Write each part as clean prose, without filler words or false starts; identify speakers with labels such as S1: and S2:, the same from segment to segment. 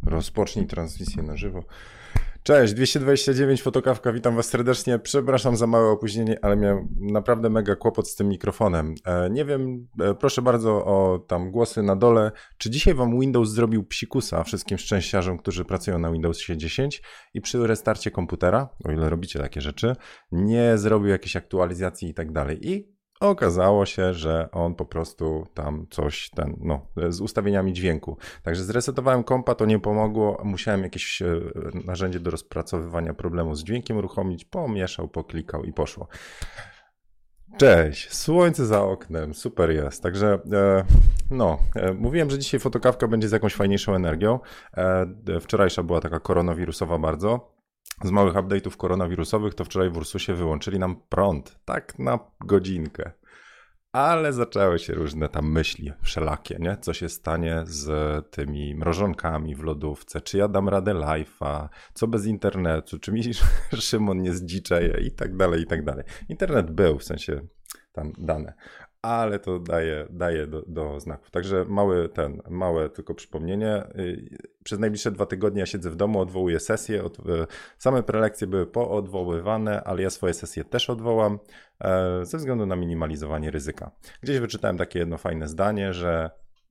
S1: Rozpocznij transmisję na żywo. Cześć, 229 Fotokawka, witam was serdecznie. Przepraszam za małe opóźnienie, ale miałem naprawdę mega kłopot z tym mikrofonem. Nie wiem, proszę bardzo o tam głosy na dole. Czy dzisiaj wam Windows zrobił psikusa wszystkim szczęściarzom, którzy pracują na Windowsie 10 i przy restarcie komputera, o ile robicie takie rzeczy, nie zrobił jakiejś aktualizacji i tak dalej. I okazało się, że on po prostu tam coś z ustawieniami dźwięku. Także zresetowałem kompa, to nie pomogło, musiałem jakieś narzędzie do rozpracowywania problemu z dźwiękiem uruchomić, pomieszał, poklikał i poszło. Cześć, słońce za oknem, super jest. Także mówiłem, że dzisiaj Fotokawka będzie z jakąś fajniejszą energią. Wczorajsza była taka koronawirusowa bardzo. Z małych update'ów koronawirusowych to wczoraj w Ursusie wyłączyli nam prąd, tak na godzinkę. Ale zaczęły się różne tam myśli wszelakie, nie? Co się stanie z tymi mrożonkami w lodówce, czy ja dam radę live'a, co bez internetu, czy mi Szymon nie zdziczeje i tak dalej, i tak dalej. Internet był, w sensie tam dane. Ale to daje do znaków. Także małe tylko przypomnienie. Przez najbliższe 2 tygodnie ja siedzę w domu, odwołuję sesję. Same prelekcje były poodwoływane, ale ja swoje sesje też odwołam ze względu na minimalizowanie ryzyka. Gdzieś wyczytałem takie jedno fajne zdanie, że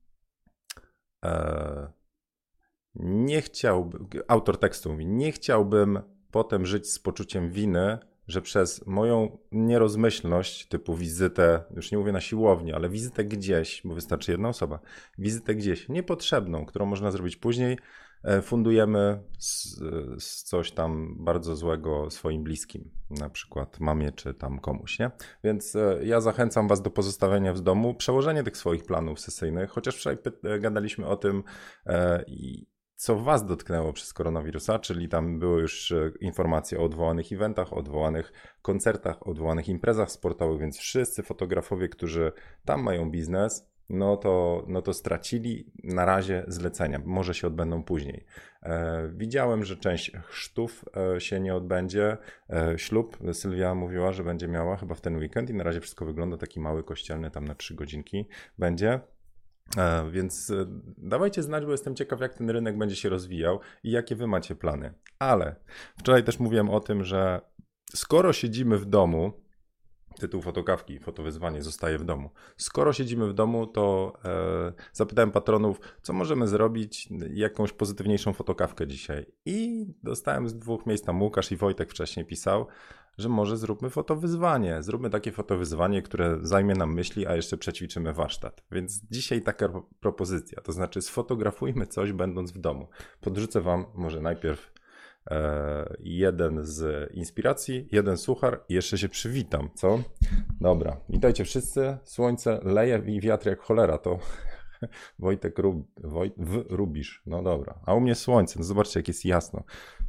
S1: autor tekstu mówi, nie chciałbym potem żyć z poczuciem winy, że przez moją nierozmyślność, typu wizytę, już nie mówię na siłowni, ale wizytę gdzieś, bo wystarczy jedna osoba, wizytę gdzieś niepotrzebną, którą można zrobić później, fundujemy z coś tam bardzo złego swoim bliskim, na przykład mamie czy tam komuś, nie? Więc ja zachęcam was do pozostawienia w domu, przełożenie tych swoich planów sesyjnych, chociaż wczoraj gadaliśmy o tym co was dotknęło przez koronawirusa, czyli tam były już informacje o odwołanych eventach, o odwołanych koncertach, o odwołanych imprezach sportowych, więc wszyscy fotografowie, którzy tam mają biznes, no to stracili na razie zlecenia, może się odbędą później. Widziałem, że część chrztów się nie odbędzie, ślub Sylwia mówiła, że będzie miała chyba w ten weekend i na razie wszystko wygląda taki mały kościelny, tam na 3 godzinki będzie. Więc dawajcie znać, bo jestem ciekaw, jak ten rynek będzie się rozwijał i jakie wy macie plany. Ale wczoraj też mówiłem o tym, że skoro siedzimy w domu, tytuł Fotokawki, fotowyzwanie zostaje w domu. Skoro siedzimy w domu, to zapytałem patronów, co możemy zrobić, jakąś pozytywniejszą fotokawkę dzisiaj. I dostałem z 2 miejsc, tam Łukasz i Wojtek wcześniej pisał, że może zróbmy fotowyzwanie. Zróbmy takie fotowyzwanie, które zajmie nam myśli, a jeszcze przećwiczymy warsztat. Więc dzisiaj taka propozycja, to znaczy sfotografujmy coś będąc w domu. Podrzucę wam może najpierw jeden z inspiracji, jeden suchar i jeszcze się przywitam, co? Dobra, witajcie wszyscy, słońce leje i wiatr jak cholera, to Wojtek Rubisz, no dobra, a u mnie słońce, no zobaczcie jak jest jasno.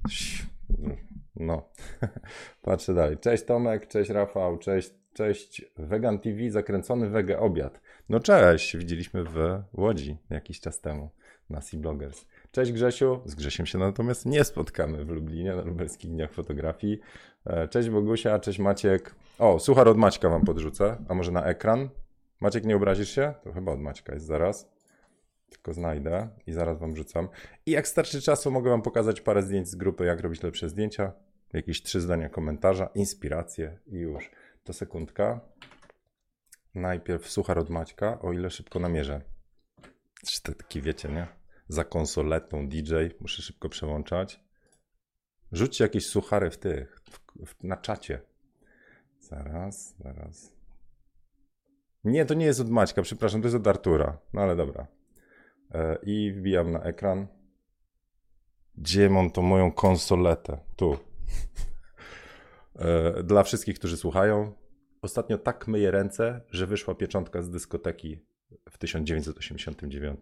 S1: No, patrzę dalej. Cześć Tomek, cześć Rafał, cześć Vegan TV, zakręcony wege obiad. No cześć, widzieliśmy w Łodzi jakiś czas temu na Sea Bloggers. Cześć Grzesiu, z Grzesiem się natomiast nie spotkamy w Lublinie na Lubelskich Dniach Fotografii. Cześć Bogusia, cześć Maciek. O, suchar od Maćka wam podrzucę, a może na ekran? Maciek, nie obrazisz się? To chyba od Maćka jest zaraz. Tylko znajdę i zaraz wam rzucam. I jak starczy czasu, mogę wam pokazać parę zdjęć z grupy, jak robić lepsze zdjęcia. Jakieś 3 zdania komentarza, inspiracje i już. To sekundka. Najpierw suchar od Maćka, o ile szybko namierzę. To taki wiecie, nie? Za konsoletą DJ, muszę szybko przełączać. Rzućcie jakieś suchary na czacie. Zaraz. Nie, to nie jest od Maćka, przepraszam, to jest od Artura. No ale dobra. I wbijam na ekran. Gdzie mam tą moją konsoletę? Tu. Dla wszystkich, którzy słuchają. Ostatnio tak myję ręce, że wyszła pieczątka z dyskoteki w 1989.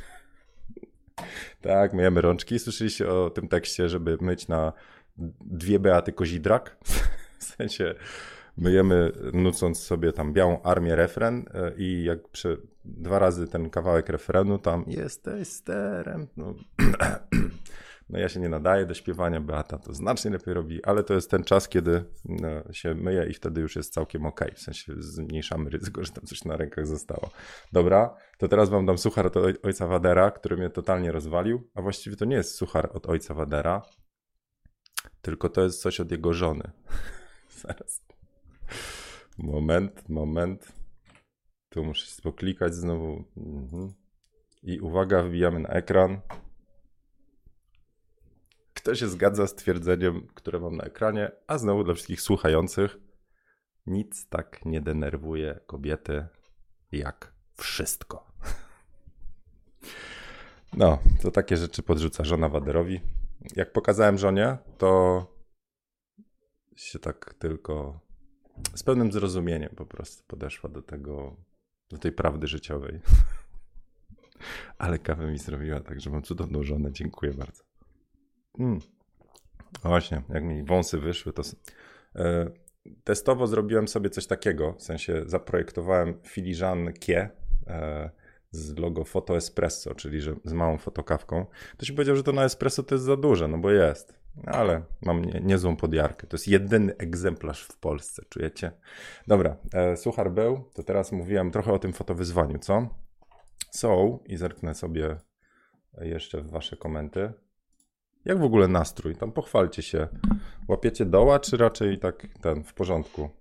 S1: Tak, myjemy rączki. Słyszeliście o tym tekście, żeby myć na 2 Beaty Kozidrak? W sensie myjemy, nucąc sobie tam Białą Armię refren i jak 2 razy ten kawałek refrenu tam jesteś sterem. No. No ja się nie nadaję do śpiewania, Beata to znacznie lepiej robi, ale to jest ten czas, kiedy się myję i wtedy już jest całkiem okej. W sensie zmniejszamy ryzyko, że tam coś na rękach zostało. Dobra, to teraz wam dam suchar od ojca Wadera, który mnie totalnie rozwalił, a właściwie to nie jest suchar od ojca Wadera, tylko to jest coś od jego żony. Zaraz. Moment. Tu muszę się poklikać znowu. I uwaga, wbijamy na ekran. Kto się zgadza z twierdzeniem, które mam na ekranie? A znowu dla wszystkich słuchających. Nic tak nie denerwuje kobiety jak wszystko. No, to takie rzeczy podrzuca żona Waderowi. Jak pokazałem żonie, to się tak tylko z pełnym zrozumieniem po prostu podeszła do tej prawdy życiowej. Ale kawę mi zrobiła, także mam cudowną żonę. Dziękuję bardzo. Właśnie, jak mi wąsy wyszły, to testowo zrobiłem sobie coś takiego, w sensie zaprojektowałem filiżankę z logo Foto Espresso, czyli że z małą fotokawką. To się powiedział, że to na espresso to jest za duże, no bo jest. Ale mam niezłą podjarkę. To jest jedyny egzemplarz w Polsce, czujecie? Dobra, suchar był, to teraz mówiłem trochę o tym fotowyzwaniu, co? I zerknę sobie jeszcze w wasze komenty. Jak w ogóle nastrój? Tam pochwalcie się. Łapiecie doła, czy raczej tak w porządku?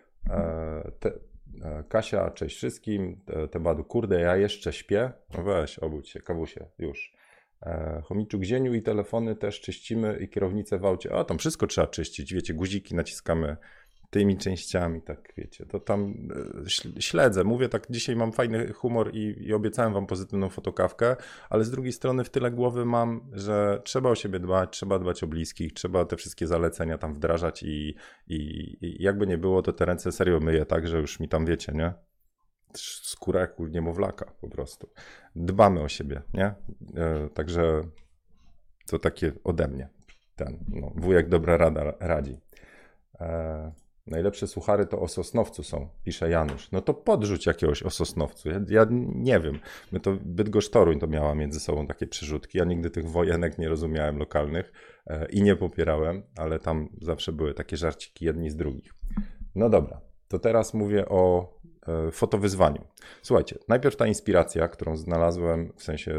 S1: Kasia, cześć wszystkim. Tebadu, kurde, ja jeszcze śpię. No weź, obudź się, kawusie, już. Chomiczuk, zieniu i telefony też czyścimy i kierownicę w aucie. A tam wszystko trzeba czyścić, wiecie, guziki naciskamy tymi częściami, tak wiecie, to tam śledzę, mówię tak, dzisiaj mam fajny humor i obiecałem wam pozytywną fotokawkę, ale z drugiej strony w tyle głowy mam, że trzeba o siebie dbać, trzeba dbać o bliskich, trzeba te wszystkie zalecenia tam wdrażać i jakby nie było, to te ręce serio myję tak, że już mi tam wiecie, nie? Skóra jak u niemowlaka po prostu. Dbamy o siebie, nie? Także to takie ode mnie. Wujek dobra rada radzi. Najlepsze suchary to o Sosnowcu są, pisze Janusz. No to podrzuć jakiegoś o Sosnowcu. Ja nie wiem. My to Bydgoszcz-Toruń to miała między sobą takie przerzutki. Ja nigdy tych wojenek nie rozumiałem lokalnych i nie popierałem, ale tam zawsze były takie żarciki jedni z drugich. No dobra, to teraz mówię o fotowyzwaniu. Słuchajcie, najpierw ta inspiracja, którą znalazłem,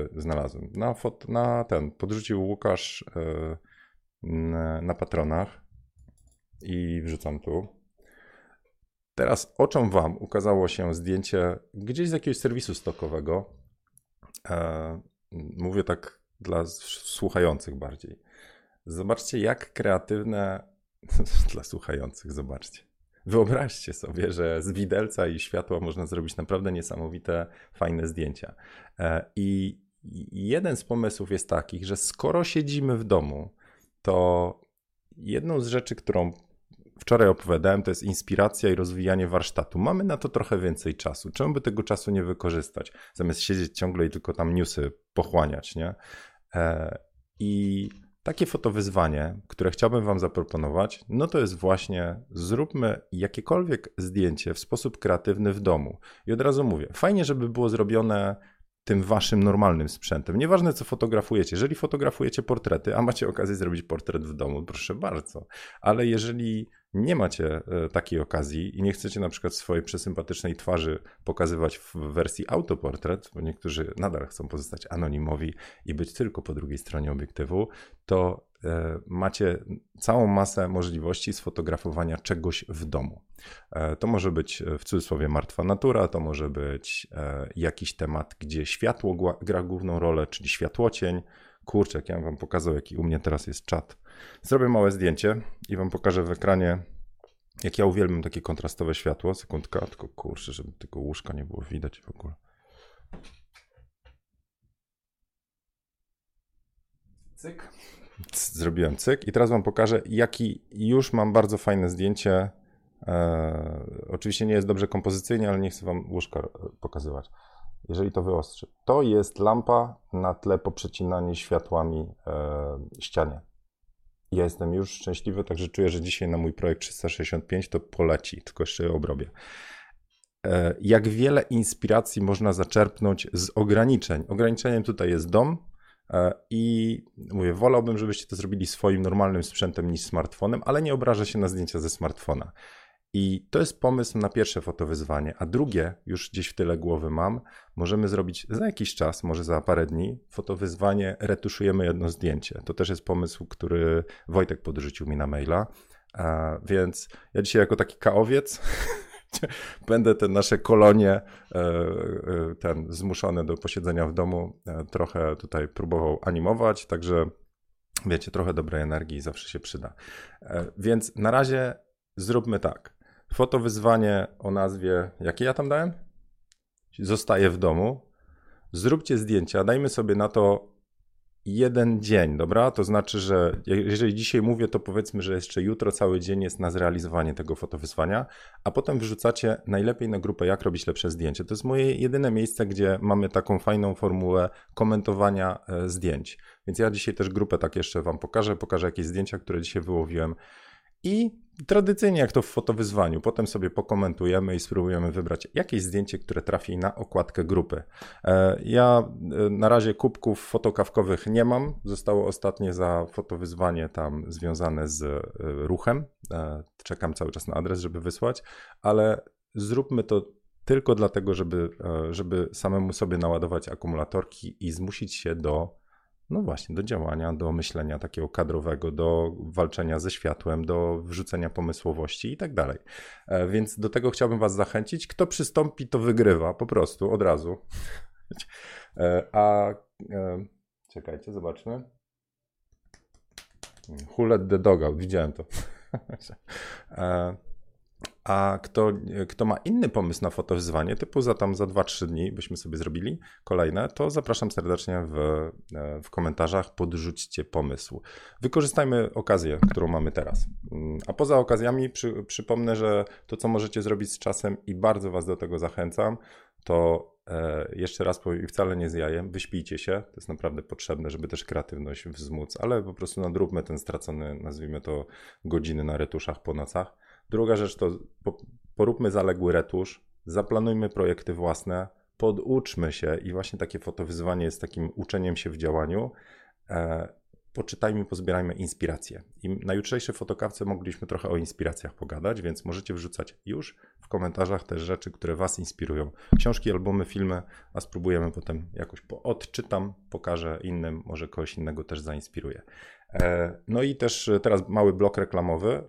S1: podrzucił Łukasz na Patronach i wrzucam tu. Teraz oczom wam ukazało się zdjęcie gdzieś z jakiegoś serwisu stokowego. Mówię tak dla słuchających bardziej. Zobaczcie, jak kreatywne... Dla słuchających, zobaczcie. Wyobraźcie sobie, że z widelca i światła można zrobić naprawdę niesamowite, fajne zdjęcia. I jeden z pomysłów jest taki, że skoro siedzimy w domu, to jedną z rzeczy, którą wczoraj opowiadałem, to jest inspiracja i rozwijanie warsztatu. Mamy na to trochę więcej czasu. Czemu by tego czasu nie wykorzystać? Zamiast siedzieć ciągle i tylko tam newsy pochłaniać, nie? I takie fotowyzwanie, które chciałbym wam zaproponować, no to jest właśnie zróbmy jakiekolwiek zdjęcie w sposób kreatywny w domu. I od razu mówię, fajnie, żeby było zrobione tym waszym normalnym sprzętem. Nieważne, co fotografujecie. Jeżeli fotografujecie portrety, a macie okazję zrobić portret w domu, proszę bardzo. Ale jeżeli nie macie takiej okazji i nie chcecie na przykład swojej przesympatycznej twarzy pokazywać w wersji autoportret, bo niektórzy nadal chcą pozostać anonimowi i być tylko po drugiej stronie obiektywu, to macie całą masę możliwości sfotografowania czegoś w domu. To może być w cudzysłowie martwa natura, to może być jakiś temat, gdzie światło gra główną rolę, czyli światłocień. Kurczę, jak ja bym wam pokazał, jaki u mnie teraz jest czat. Zrobię małe zdjęcie i wam pokażę w ekranie, jak ja uwielbiam takie kontrastowe światło. Sekundka, tylko kurczę, żeby tego łóżka nie było widać w ogóle. Cyk. Zrobiłem cyk i teraz wam pokażę, jaki już mam bardzo fajne zdjęcie. Oczywiście nie jest dobrze kompozycyjnie, ale nie chcę wam łóżka pokazywać. Jeżeli to wyostrzy. To jest lampa na tle poprzecinanej światłami ścianie. Ja jestem już szczęśliwy, także czuję, że dzisiaj na mój projekt 365 to poleci, tylko jeszcze je obrobię. Jak wiele inspiracji można zaczerpnąć z ograniczeń. Ograniczeniem tutaj jest dom, I mówię, wolałbym, żebyście to zrobili swoim normalnym sprzętem niż smartfonem, ale nie obrażę się na zdjęcia ze smartfona. I to jest pomysł na pierwsze fotowyzwanie, a drugie, już gdzieś w tyle głowy mam, możemy zrobić za jakiś czas, może za parę dni, fotowyzwanie, retuszujemy jedno zdjęcie. To też jest pomysł, który Wojtek podrzucił mi na maila, więc ja dzisiaj jako taki kaowiec będę te nasze kolonie zmuszone do posiedzenia w domu trochę tutaj próbował animować, także wiecie, trochę dobrej energii zawsze się przyda. Więc na razie zróbmy tak. Fotowyzwanie o nazwie, jakie ja tam dałem? Zostaje w domu. Zróbcie zdjęcia, dajmy sobie na to 1 dzień, dobra? To znaczy, że jeżeli dzisiaj mówię, to powiedzmy, że jeszcze jutro cały dzień jest na zrealizowanie tego fotowyzwania, a potem wrzucacie najlepiej na grupę Jak robić lepsze zdjęcie. To jest moje jedyne miejsce, gdzie mamy taką fajną formułę komentowania zdjęć. Więc ja dzisiaj też grupę tak jeszcze wam pokażę jakieś zdjęcia, które dzisiaj wyłowiłem. I tradycyjnie jak to w fotowyzwaniu, potem sobie pokomentujemy i spróbujemy wybrać jakieś zdjęcie, które trafi na okładkę grupy. Ja na razie kubków fotokawkowych nie mam. Zostało ostatnie za fotowyzwanie tam związane z ruchem. Czekam cały czas na adres, żeby wysłać, ale zróbmy to tylko dlatego, żeby samemu sobie naładować akumulatorki i zmusić się do działania, do myślenia takiego kadrowego, do walczenia ze światłem, do wrzucenia pomysłowości i tak dalej. Więc do tego chciałbym was zachęcić. Kto przystąpi, to wygrywa po prostu od razu. Czekajcie, zobaczmy. Who let the dog out? Widziałem to. A kto ma inny pomysł na fotowyzwanie, typu za 2-3 dni byśmy sobie zrobili kolejne, to zapraszam serdecznie w komentarzach, podrzućcie pomysł. Wykorzystajmy okazję, którą mamy teraz. A poza okazjami przypomnę, że to, co możecie zrobić z czasem i bardzo was do tego zachęcam, to jeszcze raz powiem, wcale nie z jajem, wyśpijcie się, to jest naprawdę potrzebne, żeby też kreatywność wzmóc, ale po prostu nadróbmy ten stracony, nazwijmy to, godziny na retuszach po nocach. Druga rzecz to poróbmy zaległy retusz, zaplanujmy projekty własne, poduczmy się i właśnie takie fotowyzwanie jest takim uczeniem się w działaniu. Poczytajmy, pozbierajmy inspiracje. I na jutrzejszej fotokawce mogliśmy trochę o inspiracjach pogadać, więc możecie wrzucać już w komentarzach też rzeczy, które was inspirują. Książki, albumy, filmy, a spróbujemy potem jakoś odczytam, pokażę innym, może kogoś innego też zainspiruję. No i też teraz mały blok reklamowy.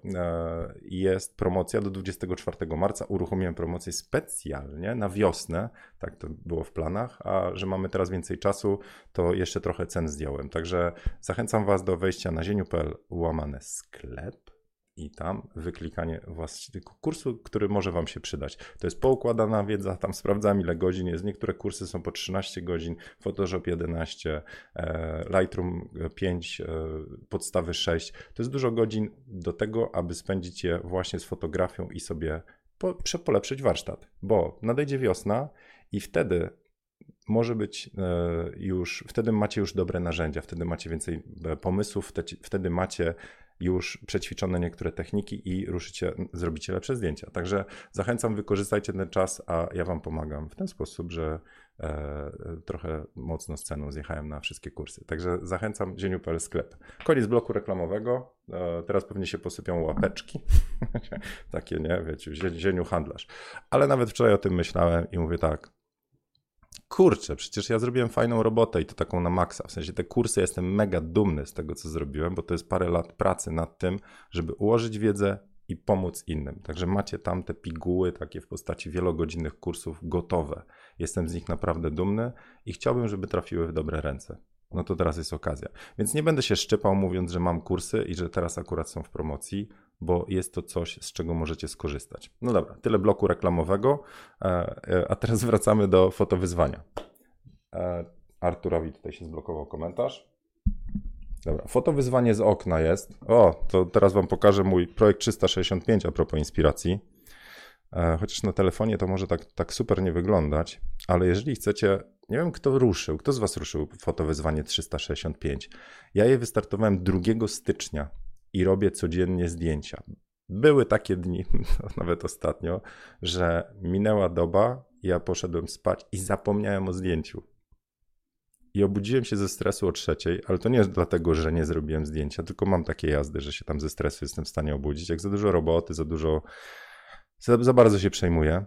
S1: Jest promocja do 24 marca. Uruchomiłem promocję specjalnie na wiosnę. Tak to było w planach, a że mamy teraz więcej czasu, to jeszcze trochę cen zdjąłem. Także zachęcam was do wejścia na zieniu.pl/sklep i tam wyklikanie kursu, który może wam się przydać. To jest poukładana wiedza, tam sprawdzam ile godzin jest. Niektóre kursy są po 13 godzin, Photoshop 11, Lightroom 5, podstawy 6. To jest dużo godzin do tego, aby spędzić je właśnie z fotografią i sobie polepszyć warsztat, bo nadejdzie wiosna i wtedy może być wtedy macie już dobre narzędzia, wtedy macie więcej pomysłów, wtedy macie już przećwiczone niektóre techniki i zrobicie lepsze zdjęcia. Także zachęcam, wykorzystajcie ten czas, a ja wam pomagam w ten sposób, że trochę mocno z ceną zjechałem na wszystkie kursy. Także zachęcam, zieniu.pl sklep. Koniec bloku reklamowego. Teraz pewnie się posypią łapeczki. Takie, nie? Wiecie, zieniu handlarz. Ale nawet wczoraj o tym myślałem i mówię tak, kurczę, przecież ja zrobiłem fajną robotę i to taką na maksa. W sensie te kursy, jestem mega dumny z tego, co zrobiłem, bo to jest parę lat pracy nad tym, żeby ułożyć wiedzę i pomóc innym. Także macie tam te piguły takie w postaci wielogodzinnych kursów gotowe. Jestem z nich naprawdę dumny i chciałbym, żeby trafiły w dobre ręce. No to teraz jest okazja. Więc nie będę się szczypał mówiąc, że mam kursy i że teraz akurat są w promocji, bo jest to coś, z czego możecie skorzystać. No dobra, tyle bloku reklamowego, a teraz wracamy do fotowyzwania. Arturowi tutaj się zblokował komentarz. Dobra, fotowyzwanie z okna jest. O, to teraz wam pokażę mój projekt 365 a propos inspiracji. Chociaż na telefonie to może tak super nie wyglądać, ale jeżeli chcecie, nie wiem kto z was ruszył fotowyzwanie 365. Ja je wystartowałem 2 stycznia i robię codziennie zdjęcia. Były takie dni, nawet ostatnio, że minęła doba, ja poszedłem spać i zapomniałem o zdjęciu. i obudziłem się ze stresu o 3:00, ale to nie jest dlatego, że nie zrobiłem zdjęcia, tylko mam takie jazdy, że się tam ze stresu jestem w stanie obudzić. Jak za dużo roboty, za bardzo się przejmuję,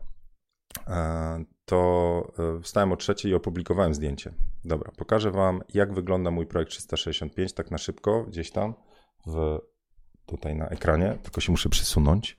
S1: to wstałem o 3:00 i opublikowałem zdjęcie. Dobra, pokażę wam, jak wygląda mój projekt 365, tak na szybko, gdzieś tam tutaj na ekranie, tylko się muszę przesunąć.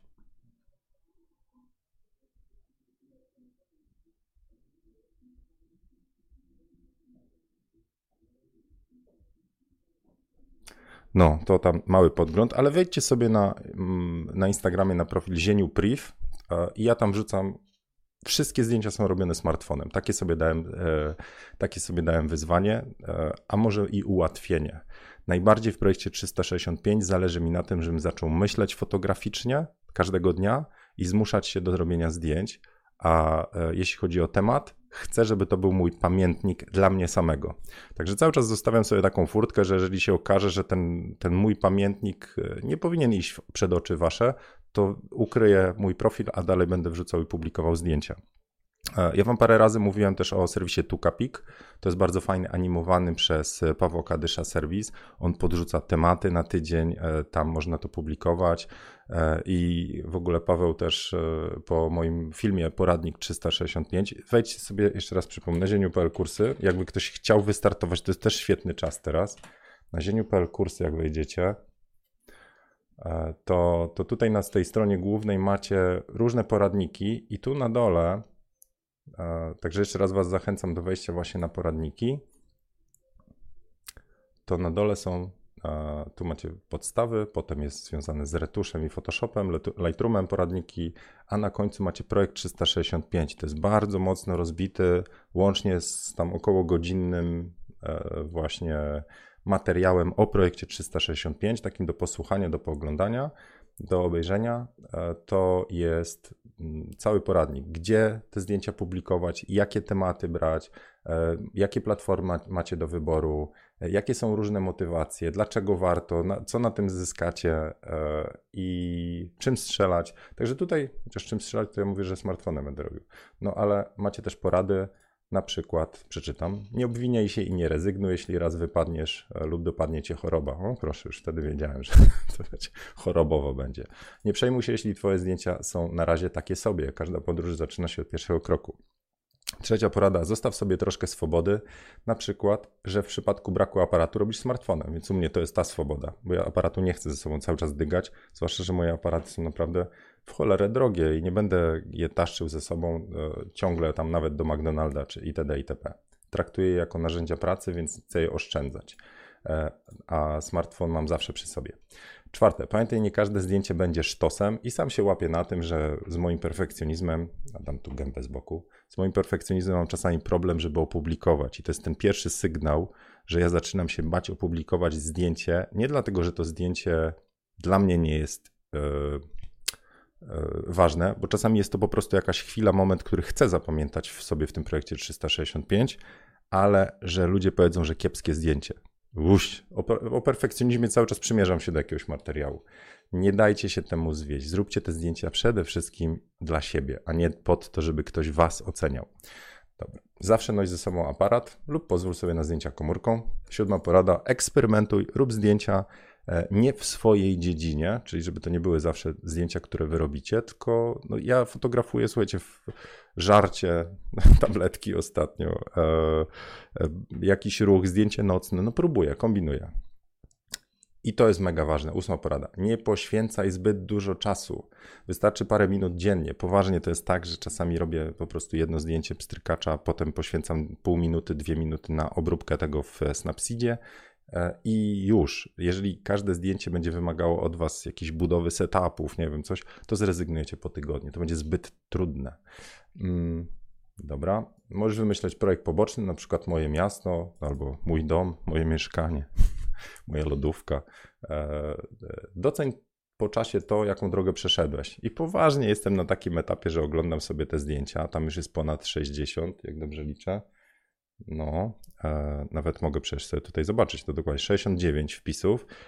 S1: No, to tam mały podgląd, ale wejdźcie sobie na Instagramie na profil Zieniu Priv i ja tam wrzucam, wszystkie zdjęcia są robione smartfonem. Takie sobie dałem wyzwanie, a może i ułatwienie. Najbardziej w projekcie 365 zależy mi na tym, żebym zaczął myśleć fotograficznie każdego dnia i zmuszać się do robienia zdjęć, a jeśli chodzi o temat, chcę, żeby to był mój pamiętnik dla mnie samego. Także cały czas zostawiam sobie taką furtkę, że jeżeli się okaże, że ten mój pamiętnik nie powinien iść przed oczy wasze, to ukryję mój profil, a dalej będę wrzucał i publikował zdjęcia. Ja wam parę razy mówiłem też o serwisie Tukapik. To jest bardzo fajny, animowany przez Pawła Kadysza serwis. On podrzuca tematy na tydzień, tam można to publikować. I w ogóle Paweł też po moim filmie Poradnik 365, wejdźcie sobie, jeszcze raz przypomnę, zieniu.pl kursy. Jakby ktoś chciał wystartować, to jest też świetny czas teraz. Na zieniu.pl kursy, jak wejdziecie, to tutaj na tej stronie głównej macie różne poradniki i tu na dole, także jeszcze raz was zachęcam do wejścia właśnie na poradniki. To na dole są, tu macie podstawy, potem jest związane z retuszem i Photoshopem, Lightroomem poradniki, a na końcu macie projekt 365. To jest bardzo mocno rozbity, łącznie z tam około godzinnym właśnie materiałem o projekcie 365, takim do posłuchania, do pooglądania, do obejrzenia. To jest cały poradnik, gdzie te zdjęcia publikować, jakie tematy brać, jakie platformy macie do wyboru, jakie są różne motywacje, dlaczego warto, co na tym zyskacie i czym strzelać. Także tutaj, chociaż czym strzelać, to ja mówię, że smartfonem będę robił. No ale macie też porady, na przykład, przeczytam, nie obwiniaj się i nie rezygnuj, jeśli raz wypadniesz lub dopadnie cię choroba. O proszę, już wtedy wiedziałem, że to chorobowo będzie. Nie przejmuj się, jeśli twoje zdjęcia są na razie takie sobie. Każda podróż zaczyna się od pierwszego kroku. Trzecia porada, zostaw sobie troszkę swobody, na przykład, że w przypadku braku aparatu robisz smartfonem, więc u mnie to jest ta swoboda, bo ja aparatu nie chcę ze sobą cały czas dygać, zwłaszcza, że moje aparaty są naprawdę w cholerę drogie i nie będę je taszczył ze sobą ciągle tam nawet do McDonalda czy itd. itp. Traktuję je jako narzędzia pracy, więc chcę je oszczędzać, a smartfon mam zawsze przy sobie. Czwarte, pamiętaj, nie każde zdjęcie będzie sztosem i sam się łapię na tym, że z moim perfekcjonizmem, dam tu gębę z boku, z moim perfekcjonizmem mam czasami problem, żeby opublikować i to jest ten pierwszy sygnał, że ja zaczynam się bać opublikować zdjęcie, nie dlatego, że to zdjęcie dla mnie nie jest ważne, bo czasami jest to po prostu jakaś chwila, moment, który chcę zapamiętać w sobie w tym projekcie 365, ale że ludzie powiedzą, że kiepskie zdjęcie. O perfekcjonizmie cały czas przymierzam się do jakiegoś materiału. Nie dajcie się temu zwieść. Zróbcie te zdjęcia przede wszystkim dla siebie, a nie pod to, żeby ktoś was oceniał. Dobra. Zawsze noś ze sobą aparat lub pozwól sobie na zdjęcia komórką. 7. porada, eksperymentuj, rób zdjęcia nie w swojej dziedzinie, czyli żeby to nie były zawsze zdjęcia, które wy robicie, tylko no ja fotografuję, słuchajcie, w żarcie, tabletki ostatnio, jakiś ruch, zdjęcie nocne, no próbuję, kombinuję. I to jest mega ważne. 8. porada. Nie poświęcaj zbyt dużo czasu. Wystarczy parę minut dziennie. Poważnie to jest tak, że czasami robię po prostu jedno zdjęcie pstrykacza, potem poświęcam pół minuty, 2 minuty na obróbkę tego w Snapseedzie i już. Jeżeli każde zdjęcie będzie wymagało od was jakiejś budowy setupów, nie wiem, coś, to zrezygnujecie po tygodniu. To będzie zbyt trudne. Dobra. Możesz wymyśleć projekt poboczny, na przykład moje miasto, albo mój dom, moje mieszkanie, moja lodówka. Doceń po czasie to, jaką drogę przeszedłeś. I poważnie jestem na takim etapie, że oglądam sobie te zdjęcia. Tam już jest ponad 60, jak dobrze liczę. No, nawet mogę przecież sobie tutaj zobaczyć, to dokładnie 69 wpisów.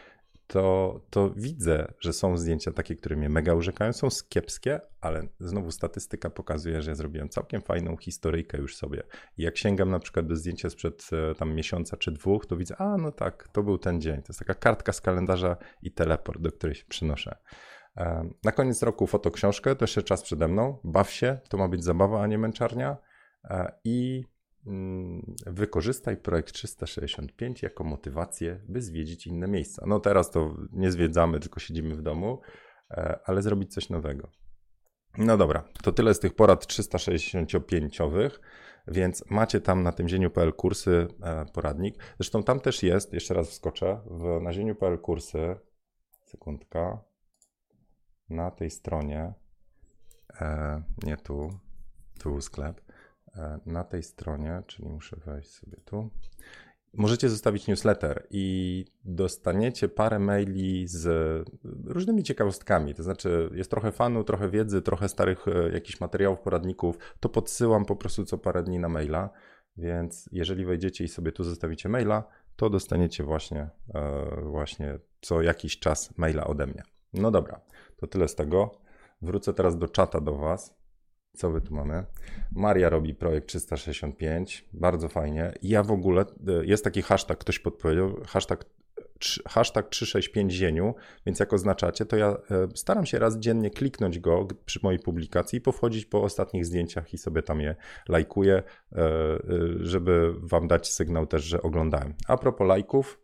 S1: to widzę, że są zdjęcia takie, które mnie mega urzekają, są kiepskie, ale znowu statystyka pokazuje, że ja zrobiłem całkiem fajną historyjkę już sobie. I jak sięgam na przykład do zdjęcia sprzed tam miesiąca czy 2, to widzę, no tak, to był ten dzień. To jest taka kartka z kalendarza i teleport, do której się przynoszę. Na koniec roku fotoksiążkę, to jeszcze czas przede mną. Baw się, to ma być zabawa, a nie męczarnia. I wykorzystaj projekt 365 jako motywację, by zwiedzić inne miejsca. No teraz to nie zwiedzamy, tylko siedzimy w domu, ale zrobić coś nowego. No dobra, to tyle z tych porad 365-owych, więc macie tam na tym zieniu.pl kursy, poradnik. Zresztą tam też jest, jeszcze raz wskoczę, na zieniu.pl kursy, sekundka, na tej stronie, nie tu sklep, na tej stronie, czyli muszę wejść sobie tu, możecie zostawić newsletter i dostaniecie parę maili z różnymi ciekawostkami. To znaczy jest trochę fanu, trochę wiedzy, trochę starych jakichś materiałów, poradników. To podsyłam po prostu co parę dni na maila, więc jeżeli wejdziecie i sobie tu zostawicie maila, to dostaniecie właśnie co jakiś czas maila ode mnie. No dobra, to tyle z tego. Wrócę teraz do czata do Was. Co wy tu mamy? Maria robi projekt 365, bardzo fajnie. Ja w ogóle, jest taki hashtag, ktoś podpowiedział, hashtag 365 zieniu, więc jak oznaczacie, to ja staram się raz dziennie kliknąć go przy mojej publikacji i powchodzić po ostatnich zdjęciach i sobie tam je lajkuję, żeby wam dać sygnał też, że oglądałem. A propos lajków,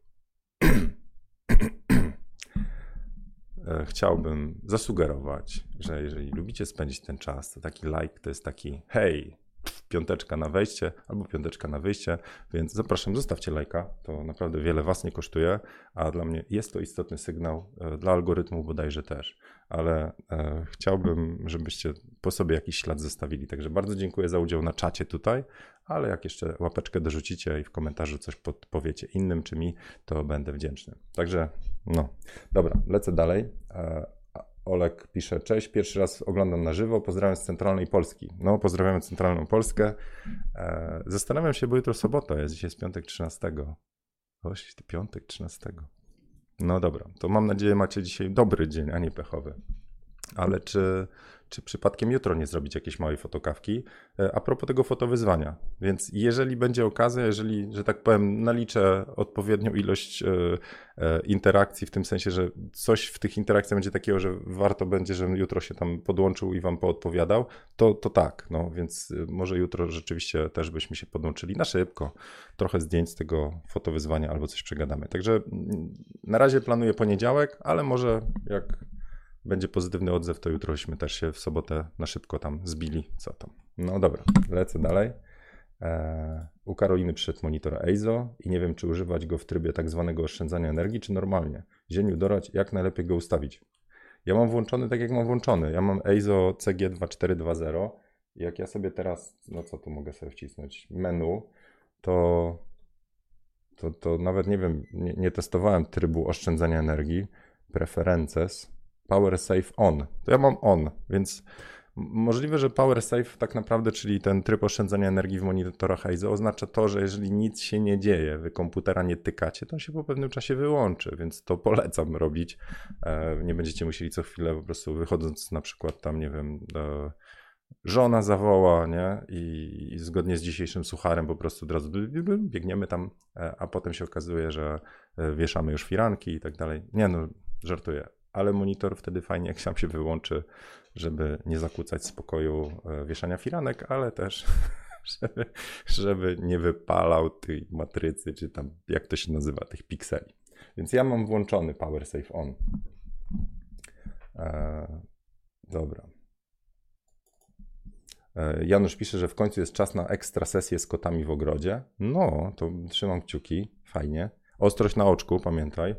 S1: chciałbym zasugerować, że jeżeli lubicie spędzić ten czas, to taki like to jest taki hej, piąteczka na wejście albo piąteczka na wyjście, więc zapraszam, zostawcie lajka, to naprawdę wiele was nie kosztuje, a dla mnie jest to istotny sygnał, dla algorytmu bodajże też, ale chciałbym, żebyście po sobie jakiś ślad zostawili, także bardzo dziękuję za udział na czacie tutaj, ale jak jeszcze łapeczkę dorzucicie i w komentarzu coś podpowiecie innym czy mi, to będę wdzięczny. Także no, dobra, lecę dalej. Olek pisze, cześć, pierwszy raz oglądam na żywo, pozdrawiam z centralnej Polski. No, pozdrawiamy centralną Polskę. Zastanawiam się, bo jutro sobota jest, dzisiaj jest piątek 13. Oś, to piątek 13. No dobra, to mam nadzieję macie dzisiaj dobry dzień, a nie pechowy. Ale czy przypadkiem jutro nie zrobić jakiejś małej fotokawki? A propos tego fotowyzwania, więc jeżeli będzie okazja, jeżeli, że tak powiem, naliczę odpowiednią ilość interakcji, w tym sensie, że coś w tych interakcjach będzie takiego, że warto będzie, żebym jutro się tam podłączył i wam poodpowiadał, to tak, no więc może jutro rzeczywiście też byśmy się podłączyli na szybko, trochę zdjęć z tego fotowyzwania albo coś przegadamy. Także na razie planuję poniedziałek, ale może jak będzie pozytywny odzew, to jutrośmy też się w sobotę na szybko tam zbili. Co tam? No dobra, lecę dalej. U Karoliny przyszedł monitor EIZO i nie wiem, czy używać go w trybie tak zwanego oszczędzania energii, czy normalnie. Zieniu, doradź, jak najlepiej go ustawić. Ja mam włączony tak, jak mam włączony. Ja mam EIZO CG2420 i jak ja sobie teraz, no co tu mogę sobie wcisnąć, menu, to nawet nie wiem, nie testowałem trybu oszczędzania energii, preferences, Power Save On. To ja mam on, więc możliwe, że Power Save tak naprawdę, czyli ten tryb oszczędzania energii w monitorach EIZO oznacza to, że jeżeli nic się nie dzieje, wy komputera nie tykacie, to on się po pewnym czasie wyłączy, więc to polecam robić. Nie będziecie musieli co chwilę po prostu wychodząc na przykład tam, nie wiem, żona zawoła, nie? I zgodnie z dzisiejszym sucharem po prostu od razu biegniemy tam, a potem się okazuje, że wieszamy już firanki i tak dalej. Nie no, żartuję. Ale monitor wtedy fajnie, jak sam się wyłączy, żeby nie zakłócać spokoju wieszania firanek, ale też żeby nie wypalał tej matrycy, czy tam jak to się nazywa, tych pikseli. Więc ja mam włączony Power Save On. Dobra. Janusz pisze, że w końcu jest czas na ekstra sesję z kotami w ogrodzie. No, to trzymam kciuki, fajnie. Ostrość na oczku, pamiętaj.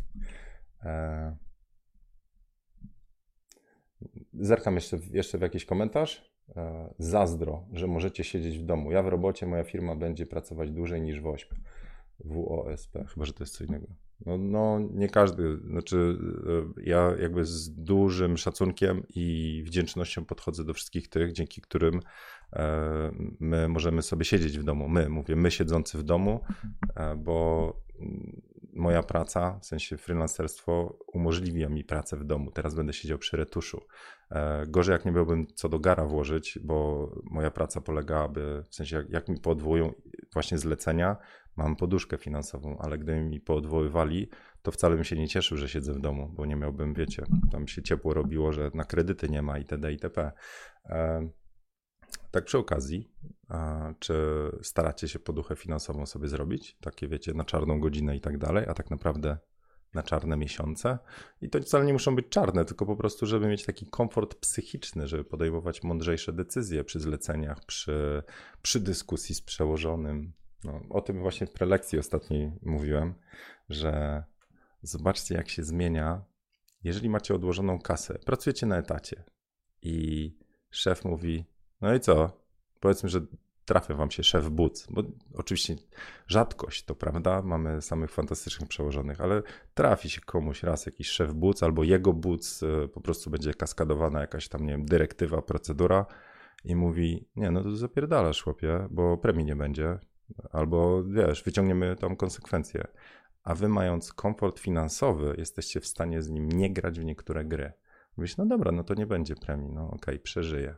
S1: Zerkam jeszcze w jakiś komentarz. Zazdro, że możecie siedzieć w domu. Ja w robocie, moja firma będzie pracować dłużej niż WOŚP. WOSP, chyba że to jest co innego. No nie każdy, znaczy ja jakby z dużym szacunkiem i wdzięcznością podchodzę do wszystkich tych, dzięki którym my możemy sobie siedzieć w domu. My siedzący w domu, bo moja praca, w sensie freelancerstwo umożliwia mi pracę w domu. Teraz będę siedział przy retuszu. Gorzej jak nie miałbym co do gara włożyć, bo moja praca polegałaby, w sensie jak mi poodwołują właśnie zlecenia, mam poduszkę finansową, ale gdyby mi poodwoływali, to wcale bym się nie cieszył, że siedzę w domu, bo nie miałbym, wiecie, tam się ciepło robiło, że na kredyty nie ma itd. itp. Tak przy okazji, czy staracie się poduchę finansową sobie zrobić? Takie wiecie, na czarną godzinę i tak dalej, a tak naprawdę na czarne miesiące. I to wcale nie muszą być czarne, tylko po prostu, żeby mieć taki komfort psychiczny, żeby podejmować mądrzejsze decyzje przy zleceniach, przy dyskusji z przełożonym. No, o tym właśnie w prelekcji ostatniej mówiłem, że zobaczcie jak się zmienia, jeżeli macie odłożoną kasę, pracujecie na etacie i szef mówi, no i co? Powiedzmy, że trafia wam się szef Buc, bo oczywiście rzadkość to, prawda? Mamy samych fantastycznych przełożonych, ale trafi się komuś raz jakiś szef Buc albo jego Buc, po prostu będzie kaskadowana jakaś tam, nie wiem, dyrektywa, procedura i mówi, nie, no to zapierdalasz chłopie, bo premii nie będzie, albo wiesz, wyciągniemy tam konsekwencje. A wy mając komfort finansowy, jesteście w stanie z nim nie grać w niektóre gry. Mówisz, no dobra, no to nie będzie premii, no okej, przeżyję.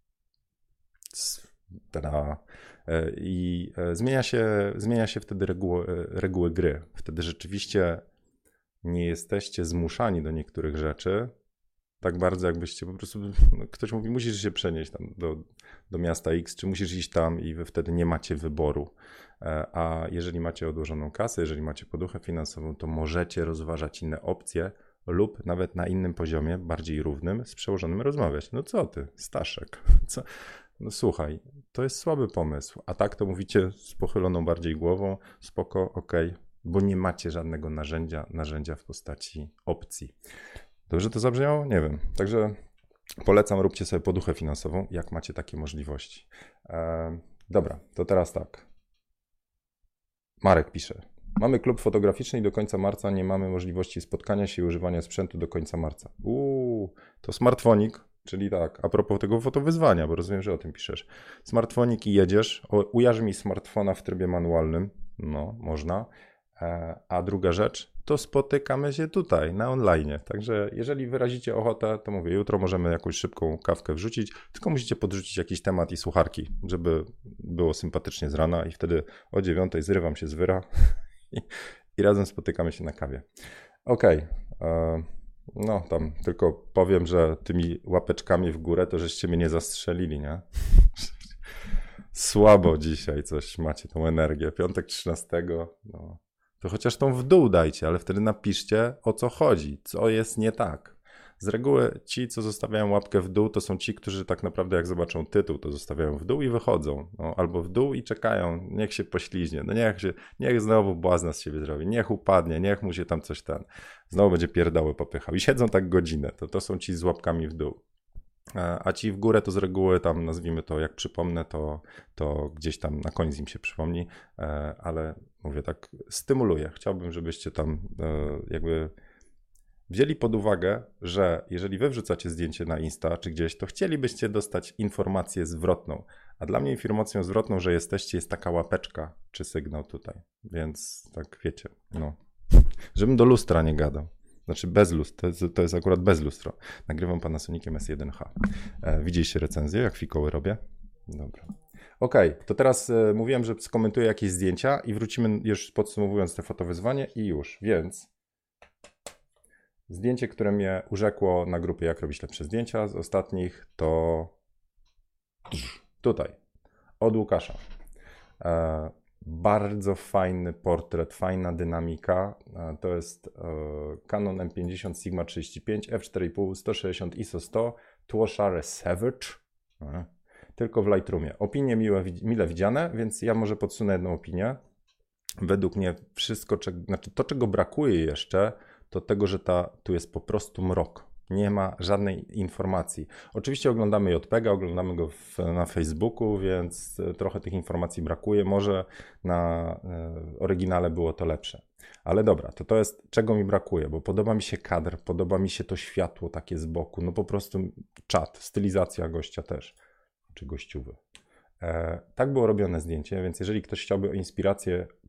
S1: Tada. I zmienia się wtedy reguły gry. Wtedy rzeczywiście nie jesteście zmuszani do niektórych rzeczy tak bardzo, jakbyście po prostu, no, ktoś mówi, musisz się przenieść tam do miasta X, czy musisz iść tam i wy wtedy nie macie wyboru. A jeżeli macie odłożoną kasę, jeżeli macie poduchę finansową, to możecie rozważać inne opcje lub nawet na innym poziomie, bardziej równym, z przełożonym rozmawiać. No co ty, Staszek, co? No słuchaj, to jest słaby pomysł, a tak to mówicie z pochyloną bardziej głową, spoko, okej, bo nie macie żadnego narzędzia w postaci opcji. Dobrze to zabrzmiało? Nie wiem. Także polecam, róbcie sobie poduchę finansową, jak macie takie możliwości. Dobra, to teraz tak. Marek pisze. Mamy klub fotograficzny i do końca marca nie mamy możliwości spotkania się i używania sprzętu do końca marca. To smartfonik, czyli tak, a propos tego fotowyzwania, bo rozumiem, że o tym piszesz. Smartfonik i jedziesz, ujarzmij smartfona w trybie manualnym, no, można. A druga rzecz, to spotykamy się tutaj, na online. Także jeżeli wyrazicie ochotę, to mówię, jutro możemy jakąś szybką kawkę wrzucić, tylko musicie podrzucić jakiś temat i słucharki, żeby było sympatycznie z rana i wtedy o 9:00 zrywam się z wyra i razem spotykamy się na kawie. Okej. No tam tylko powiem, że tymi łapeczkami w górę to żeście mnie nie zastrzelili, nie? Słabo dzisiaj coś macie, tą energię. Piątek 13, no. To chociaż tą w dół dajcie, ale wtedy napiszcie, o co chodzi, co jest nie tak. Z reguły ci, co zostawiają łapkę w dół, to są ci, którzy tak naprawdę jak zobaczą tytuł, to zostawiają w dół i wychodzą. No, albo w dół i czekają, niech się pośliźnie, no niech znowu błazna z siebie zrobi, niech upadnie, niech mu się tam coś znowu będzie pierdały popychał. I siedzą tak godzinę, to są ci z łapkami w dół. A ci w górę to z reguły tam, nazwijmy to, jak przypomnę, to gdzieś tam na koniec im się przypomni, ale mówię tak, stymuluję. Chciałbym, żebyście tam jakby wzięli pod uwagę, że jeżeli wy wrzucacie zdjęcie na Insta czy gdzieś, to chcielibyście dostać informację zwrotną. A dla mnie informacją zwrotną, że jesteście, jest taka łapeczka czy sygnał tutaj. Więc tak wiecie, no. Żebym do lustra nie gadał. Znaczy bez lustra, to jest akurat bez lustra. Nagrywam Panasoniciem S1H. Widzieliście recenzję, jak fikoły robię? Dobra. Okej, to teraz mówiłem, że skomentuję jakieś zdjęcia i wrócimy już podsumowując te fotowyzwanie i już, więc zdjęcie, które mnie urzekło na grupie Jak robić lepsze zdjęcia z ostatnich, to tutaj, od Łukasza. Bardzo fajny portret, fajna dynamika. To jest Canon M50 Sigma 35, f4,5, 160 ISO 100, tło szare Savage, tylko w Lightroomie. Opinie mile widziane, więc ja może podsunę jedną opinię. Według mnie wszystko, znaczy to czego brakuje jeszcze, to tego, że tu jest po prostu mrok. Nie ma żadnej informacji. Oczywiście oglądamy JPEGa, oglądamy go na Facebooku, więc trochę tych informacji brakuje. Może na oryginale było to lepsze. Ale dobra, to jest czego mi brakuje, bo podoba mi się kadr, podoba mi się to światło takie z boku, no po prostu czat, stylizacja gościa też, czy gościuwy. Tak było robione zdjęcie, więc jeżeli ktoś chciałby inspirację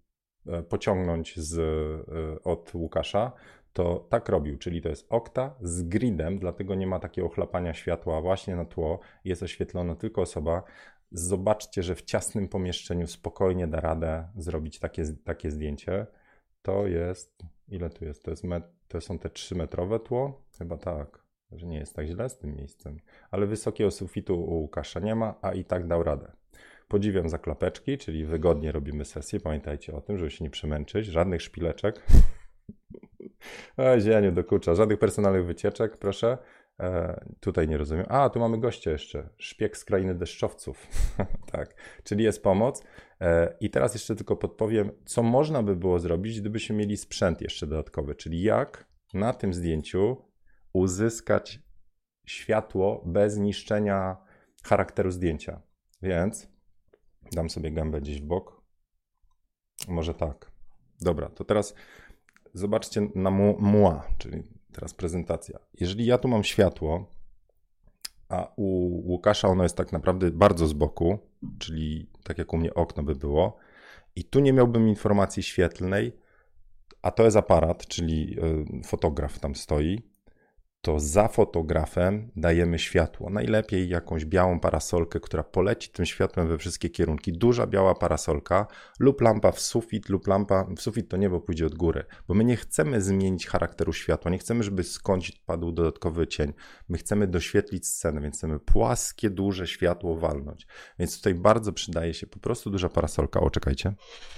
S1: pociągnąć od Łukasza, to tak robił, czyli to jest okta z gridem, dlatego nie ma takiego chlapania światła właśnie na tło, jest oświetlona tylko osoba. Zobaczcie, że w ciasnym pomieszczeniu spokojnie da radę zrobić takie zdjęcie. To jest, ile tu jest? To są te 3-metrowe tło? Chyba tak, że nie jest tak źle z tym miejscem. Ale wysokiego sufitu u Łukasza nie ma, a i tak dał radę. Podziwiam za klapeczki, czyli wygodnie robimy sesję. Pamiętajcie o tym, żeby się nie przemęczyć. Żadnych szpileczek. Zieniu dokucza. Żadnych personalnych wycieczek, proszę. Tutaj nie rozumiem. A, tu mamy gościa jeszcze. Szpieg z krainy deszczowców. Tak, czyli jest pomoc. I teraz jeszcze tylko podpowiem, co można by było zrobić, gdybyśmy mieli sprzęt jeszcze dodatkowy. Czyli jak na tym zdjęciu uzyskać światło bez niszczenia charakteru zdjęcia. Więc dam sobie gębę gdzieś w bok. Może tak. Dobra, to teraz zobaczcie na mła, czyli teraz prezentacja. Jeżeli ja tu mam światło, a u Łukasza ono jest tak naprawdę bardzo z boku, czyli tak jak u mnie okno by było, i tu nie miałbym informacji świetlnej, a to jest aparat, czyli fotograf tam stoi, to za fotografem dajemy światło. Najlepiej jakąś białą parasolkę, która poleci tym światłem we wszystkie kierunki. Duża biała parasolka lub lampa w sufit, lub lampa w sufit to niebo pójdzie od góry, bo my nie chcemy zmienić charakteru światła, nie chcemy, żeby skądś padł dodatkowy cień. My chcemy doświetlić scenę, więc chcemy płaskie, duże światło walnąć. Więc tutaj bardzo przydaje się po prostu duża parasolka. O, czekajcie.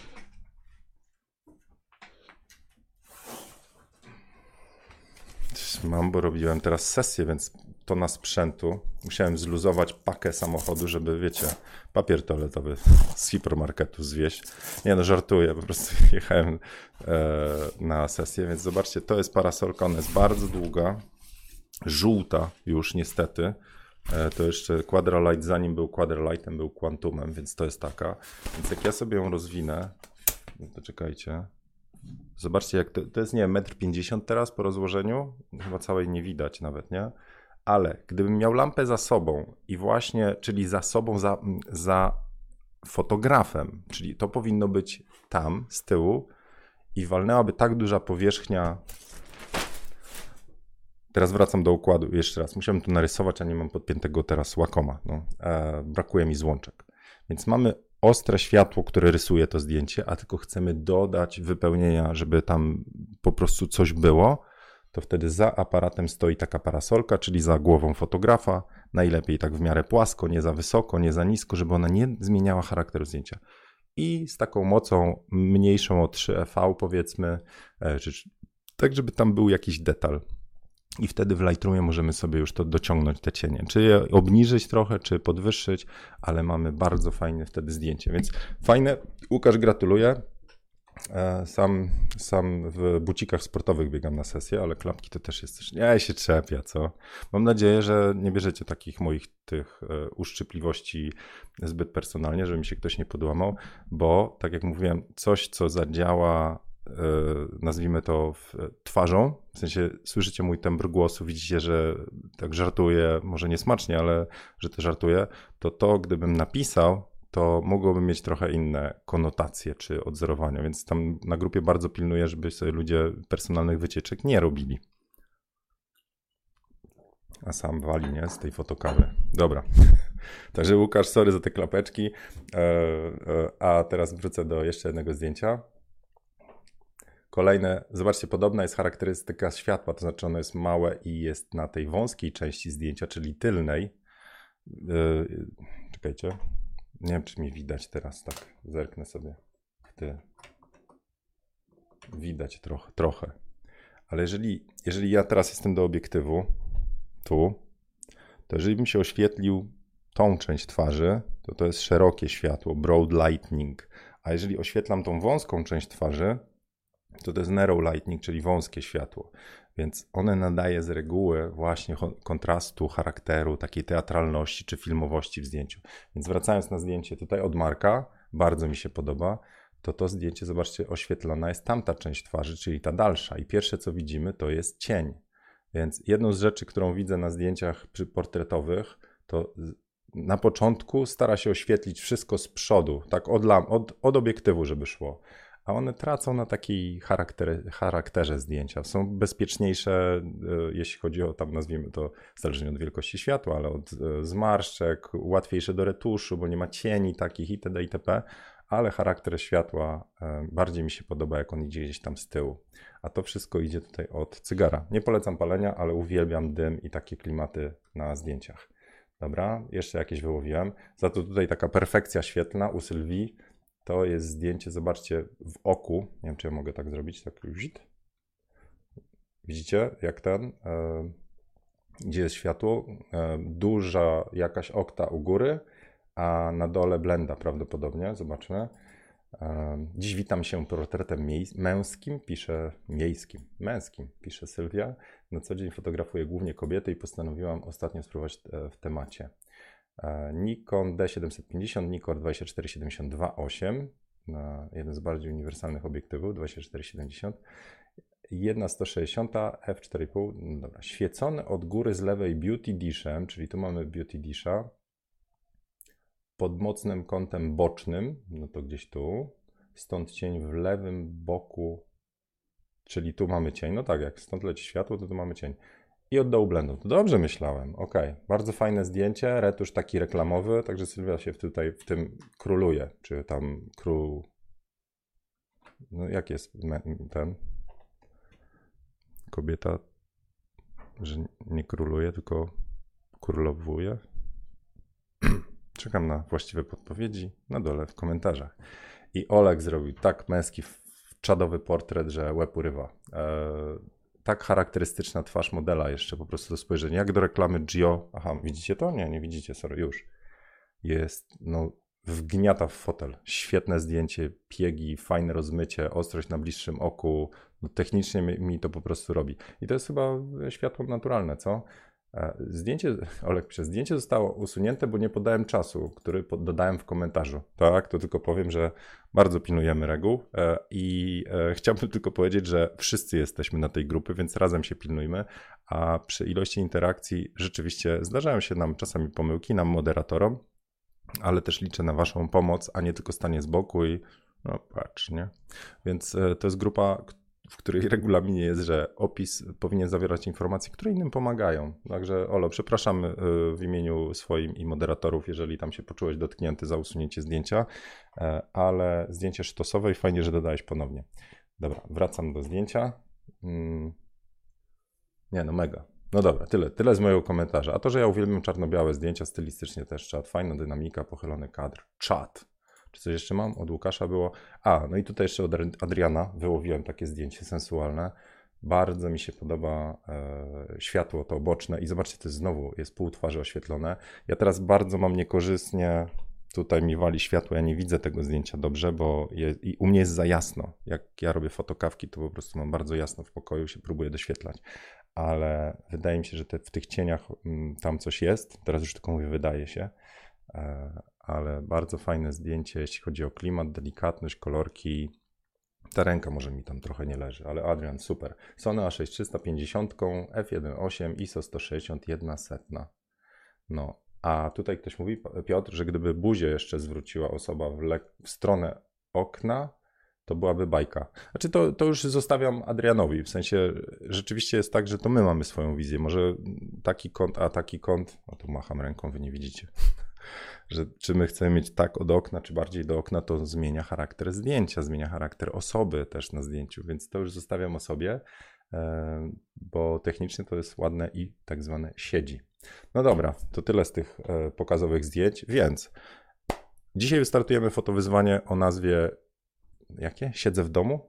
S1: Mam, bo robiłem teraz sesję, więc tona sprzętu. Musiałem zluzować pakę samochodu, żeby, wiecie, papier toaletowy z hipermarketu zwieść. Nie no, żartuję, po prostu jechałem na sesję, więc zobaczcie, to jest parasolka, ona jest bardzo długa, żółta już niestety. To jeszcze Quadralight, zanim był Quadralightem, był Quantumem, więc to jest taka. Więc jak ja sobie ją rozwinę, no to czekajcie. Zobaczcie, jak to jest, nie wiem, 1,50 m teraz po rozłożeniu. Chyba całej nie widać nawet, nie? Ale gdybym miał lampę za sobą i właśnie, czyli za sobą, za fotografem, czyli to powinno być tam, z tyłu i walnęłaby tak duża powierzchnia. Teraz wracam do układu, jeszcze raz. Musiałem tu narysować, a nie mam podpiętego teraz Wacoma. No. Brakuje mi złączek. Więc mamy ostre światło, które rysuje to zdjęcie, a tylko chcemy dodać wypełnienia, żeby tam po prostu coś było, to wtedy za aparatem stoi taka parasolka, czyli za głową fotografa, najlepiej tak w miarę płasko, nie za wysoko, nie za nisko, żeby ona nie zmieniała charakteru zdjęcia. I z taką mocą mniejszą o 3 EV powiedzmy, tak żeby tam był jakiś detal. I wtedy w Lightroomie możemy sobie już to dociągnąć, te cienie. Czy je obniżyć trochę, czy podwyższyć, ale mamy bardzo fajne wtedy zdjęcie. Więc fajne. Łukasz, gratuluję. Sam w bucikach sportowych biegam na sesję, ale klapki to też jest coś. Nie, się trzepia, co? Mam nadzieję, że nie bierzecie takich moich tych uszczypliwości zbyt personalnie, żeby mi się ktoś nie podłamał, bo tak jak mówiłem, coś, co zadziała, nazwijmy to twarzą, w sensie słyszycie mój tembr głosu, widzicie, że tak żartuję, może niesmacznie, ale że to żartuję, to gdybym napisał, to mogłoby mieć trochę inne konotacje czy odzorowania, więc tam na grupie bardzo pilnuję, żeby sobie ludzie personalnych wycieczek nie robili. A sam wali, nie? Z tej fotokawy. Dobra. Także Łukasz, sorry za te klapeczki. A teraz wrócę do jeszcze jednego zdjęcia. Kolejne, zobaczcie, podobna jest charakterystyka światła, to znaczy ono jest małe i jest na tej wąskiej części zdjęcia, czyli tylnej. Czekajcie, nie wiem, czy mi widać teraz, tak, zerknę sobie. Widać trochę. Ale jeżeli ja teraz jestem do obiektywu, tu, to jeżeli bym się oświetlił tą część twarzy, to jest szerokie światło, broad lightning. A jeżeli oświetlam tą wąską część twarzy, to jest narrow lightning, czyli wąskie światło. Więc one nadaje z reguły właśnie kontrastu, charakteru, takiej teatralności czy filmowości w zdjęciu. Więc wracając na zdjęcie tutaj od Marka, bardzo mi się podoba, to zdjęcie, zobaczcie, oświetlona jest tamta część twarzy, czyli ta dalsza. I pierwsze, co widzimy, to jest cień. Więc jedną z rzeczy, którą widzę na zdjęciach portretowych, to na początku stara się oświetlić wszystko z przodu, tak od obiektywu, żeby szło. a one tracą na takiej charakterze zdjęcia. Są bezpieczniejsze, jeśli chodzi o tam, nazwijmy to, zależnie od wielkości światła, ale od zmarszczek, łatwiejsze do retuszu, bo nie ma cieni takich itd. itp., ale charakter światła bardziej mi się podoba, jak on idzie gdzieś tam z tyłu. A to wszystko idzie tutaj od cygara. Nie polecam palenia, ale uwielbiam dym i takie klimaty na zdjęciach. Dobra, jeszcze jakieś wyłowiłem. Za to tutaj taka perfekcja świetlna u Sylwii. To jest zdjęcie, zobaczcie, w oku. Nie wiem, czy ja mogę tak zrobić, tak wzit. Widzicie, jak gdzie jest światło? Duża jakaś okta u góry, a na dole blenda prawdopodobnie. Zobaczmy. Dziś witam się portretem męskim, pisze Sylwia. Na co dzień fotografuję głównie kobiety i postanowiłam ostatnio spróbować w temacie. Nikon D750, Nikon 24-70-2.8, jeden z bardziej uniwersalnych obiektywów, 24-70, 1.160 f4.5, no dobra, świecony od góry z lewej beauty dishem, czyli tu mamy beauty disha, pod mocnym kątem bocznym, no to gdzieś tu, stąd cień w lewym boku, czyli tu mamy cień, no tak, jak stąd leci światło, to tu mamy cień. I od dołu blendą. To dobrze myślałem, ok. Bardzo fajne zdjęcie, retusz taki reklamowy, także Sylwia się tutaj w tym króluje, czy tam no jak jest ten kobieta, że nie króluje, tylko królowuje. Czekam na właściwe podpowiedzi na dole w komentarzach. I Oleg zrobił tak męski, czadowy portret, że łeb urywa. Tak charakterystyczna twarz modela jeszcze po prostu do spojrzenia. Jak do reklamy Gio. Aha, widzicie to? Nie widzicie, sorry, już. Jest, no, wgniata w fotel. Świetne zdjęcie, piegi, fajne rozmycie, ostrość na bliższym oku. No, technicznie mi to po prostu robi. I to jest chyba światło naturalne, co? Olek pisze, zdjęcie zostało usunięte, bo nie podałem czasu, który dodałem w komentarzu. Tak, to tylko powiem, że bardzo pilnujemy reguł i chciałbym tylko powiedzieć, że wszyscy jesteśmy na tej grupie, więc razem się pilnujmy, a przy ilości interakcji rzeczywiście zdarzają się nam czasami pomyłki, nam moderatorom, ale też liczę na waszą pomoc, a nie tylko stanie z boku i no patrz, nie? Więc to jest grupa, w której regulaminie jest, że opis powinien zawierać informacje, które innym pomagają. Także Olo, przepraszam w imieniu swoim i moderatorów, jeżeli tam się poczułeś dotknięty za usunięcie zdjęcia, ale zdjęcie sztosowe i fajnie, że dodałeś ponownie. Dobra, wracam do zdjęcia. Nie, no mega. No dobra, tyle z mojego komentarza. A to, że ja uwielbiam czarno-białe zdjęcia, stylistycznie też czat, fajna dynamika, pochylony kadr, czat. Czy coś jeszcze mam? Od Łukasza było. No i tutaj jeszcze od Adriana wyłowiłem takie zdjęcie sensualne. Bardzo mi się podoba światło to boczne i zobaczcie, to znowu jest pół twarzy oświetlone. Ja teraz bardzo mam niekorzystnie, tutaj mi wali światło, ja nie widzę tego zdjęcia dobrze, bo i u mnie jest za jasno. Jak ja robię fotokawki, to po prostu mam bardzo jasno w pokoju, się próbuję doświetlać. Ale wydaje mi się, że w tych cieniach tam coś jest. Teraz już tylko mówię, wydaje się. Ale bardzo fajne zdjęcie, jeśli chodzi o klimat, delikatność, kolorki. Ta ręka może mi tam trochę nie leży, ale Adrian, super. Sony A6350, f1.8, ISO 161/100. No, a tutaj ktoś mówi, Piotr, że gdyby buzię jeszcze zwróciła osoba w stronę okna, to byłaby bajka. Znaczy to już zostawiam Adrianowi, w sensie rzeczywiście jest tak, że to my mamy swoją wizję. Może taki kąt, a tu macham ręką, wy nie widzicie. Że czy my chcemy mieć tak od okna, czy bardziej do okna, to zmienia charakter zdjęcia, zmienia charakter osoby też na zdjęciu, więc to już zostawiam osobie, bo technicznie to jest ładne i tak zwane siedzi. No dobra, to tyle z tych pokazowych zdjęć, więc dzisiaj wystartujemy fotowyzwanie o nazwie jakie? Siedzę w domu?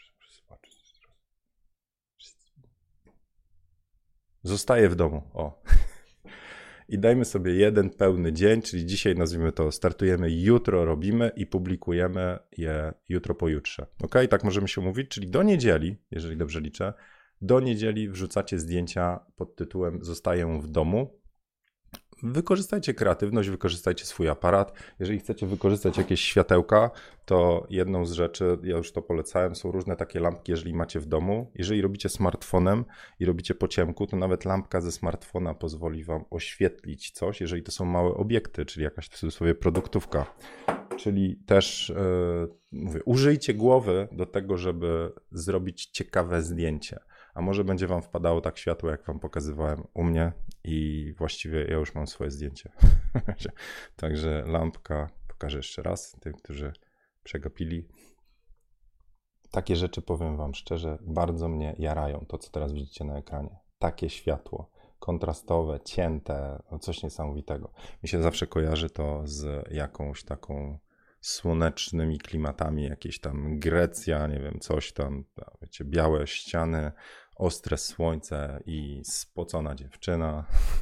S1: Zostaję w domu, o. I dajmy sobie jeden pełny dzień, czyli dzisiaj nazwijmy to, startujemy jutro, robimy i publikujemy je jutro, pojutrze. Ok, tak możemy się umówić, czyli do niedzieli, jeżeli dobrze liczę, do niedzieli wrzucacie zdjęcia pod tytułem Zostaję w domu. Wykorzystajcie kreatywność, wykorzystajcie swój aparat. Jeżeli chcecie wykorzystać jakieś światełka, to jedną z rzeczy, ja już to polecałem, są różne takie lampki, jeżeli macie w domu. Jeżeli robicie smartfonem i robicie po ciemku, to nawet lampka ze smartfona pozwoli wam oświetlić coś, jeżeli to są małe obiekty, czyli jakaś w cudzysłowie produktówka. Czyli też mówię, użyjcie głowy do tego, żeby zrobić ciekawe zdjęcie. A może będzie wam wpadało tak światło, jak wam pokazywałem u mnie i właściwie ja już mam swoje zdjęcie. Także lampka, pokażę jeszcze raz tym, którzy przegapili. Takie rzeczy, powiem wam szczerze, bardzo mnie jarają, to co teraz widzicie na ekranie. Takie światło, kontrastowe, cięte, no coś niesamowitego. Mi się zawsze kojarzy to z jakąś taką słonecznymi klimatami, jakieś tam Grecja, nie wiem, coś tam, wiecie, białe ściany, ostre słońce i spocona dziewczyna.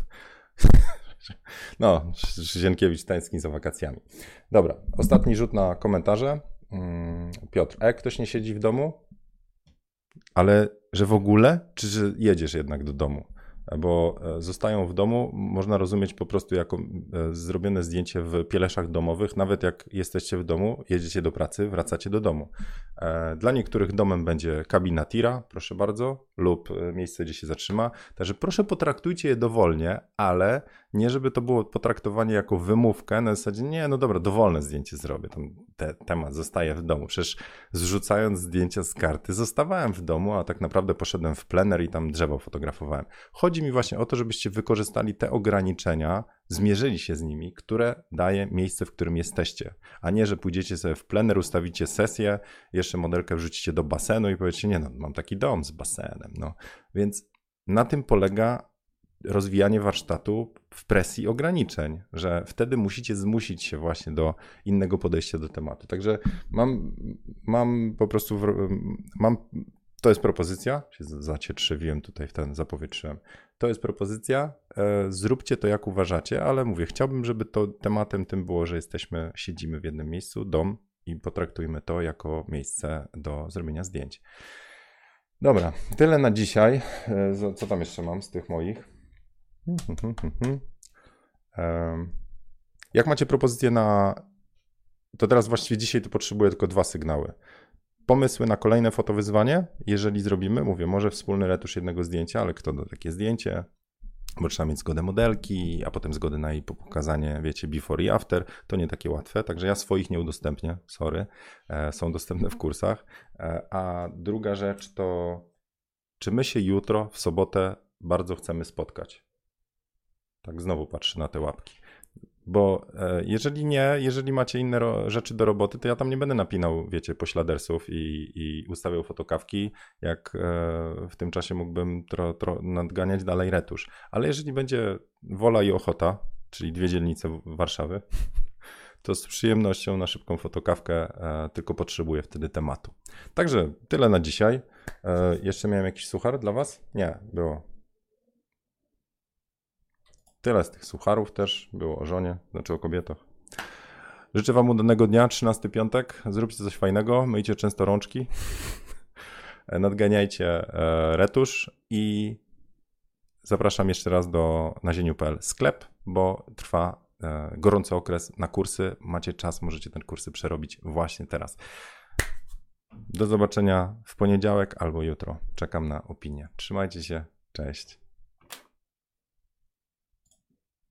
S1: No, Zienkiewicz tęskni za wakacjami. Dobra, ostatni rzut na komentarze. Piotr, a jak ktoś nie siedzi w domu, ale że w ogóle, czy że jedziesz jednak do domu? Bo zostają w domu, można rozumieć po prostu jako zrobione zdjęcie w pieleszach domowych, nawet jak jesteście w domu, jedziecie do pracy, wracacie do domu. Dla niektórych domem będzie kabina tira, proszę bardzo, lub miejsce, gdzie się zatrzyma. Także proszę potraktujcie je dowolnie, ale nie żeby to było potraktowanie jako wymówkę, na zasadzie nie, no dobra, dowolne zdjęcie zrobię, tam temat zostaje w domu. Przecież zrzucając zdjęcia z karty zostawałem w domu, a tak naprawdę poszedłem w plener i tam drzewo fotografowałem. Chodzi mi właśnie o to, żebyście wykorzystali te ograniczenia, zmierzyli się z nimi, które daje miejsce, w którym jesteście, a nie, że pójdziecie sobie w plener, ustawicie sesję, jeszcze modelkę wrzucicie do basenu i powiecie, nie no, mam taki dom z basenem, no. Więc na tym polega rozwijanie warsztatu w presji ograniczeń, że wtedy musicie zmusić się właśnie do innego podejścia do tematu. Także mam po prostu, to jest propozycja, się zacietrzewiłem tutaj, zapowietrzyłem. To jest propozycja, zróbcie to jak uważacie, ale mówię, chciałbym, żeby to tematem tym było, że siedzimy w jednym miejscu, dom i potraktujmy to jako miejsce do zrobienia zdjęć. Dobra, tyle na dzisiaj. Co tam jeszcze mam z tych moich? Jak macie propozycje to teraz właściwie dzisiaj to potrzebuję tylko 2 sygnały. Pomysły na kolejne fotowyzwanie, jeżeli zrobimy, mówię, może wspólny retusz jednego zdjęcia, ale kto da takie zdjęcie, bo trzeba mieć zgodę modelki, a potem zgodę na jej pokazanie, wiecie, before i after, to nie takie łatwe, także ja swoich nie udostępnię, sorry, są dostępne w kursach. A druga rzecz to, czy my się jutro, w sobotę, bardzo chcemy spotkać? Tak, znowu patrzę na te łapki. Bo jeżeli macie inne rzeczy do roboty, to ja tam nie będę napinał, wiecie, pośladersów i ustawiał fotokawki, jak w tym czasie mógłbym nadganiać dalej retusz. Ale jeżeli będzie wola i ochota, czyli 2 dzielnice Warszawy, to z przyjemnością na szybką fotokawkę, tylko potrzebuję wtedy tematu. Także tyle na dzisiaj. Jeszcze miałem jakiś suchar dla was? Nie, było. Tyle z tych sucharów też było o żonie, znaczy o kobietach. Życzę wam udanego dnia, 13 piątek. Zróbcie coś fajnego, myjcie często rączki, nadganiajcie retusz i zapraszam jeszcze raz do nazieniu.pl sklep, bo trwa gorący okres na kursy. Macie czas, możecie te kursy przerobić właśnie teraz. Do zobaczenia w poniedziałek albo jutro. Czekam na opinię. Trzymajcie się, cześć.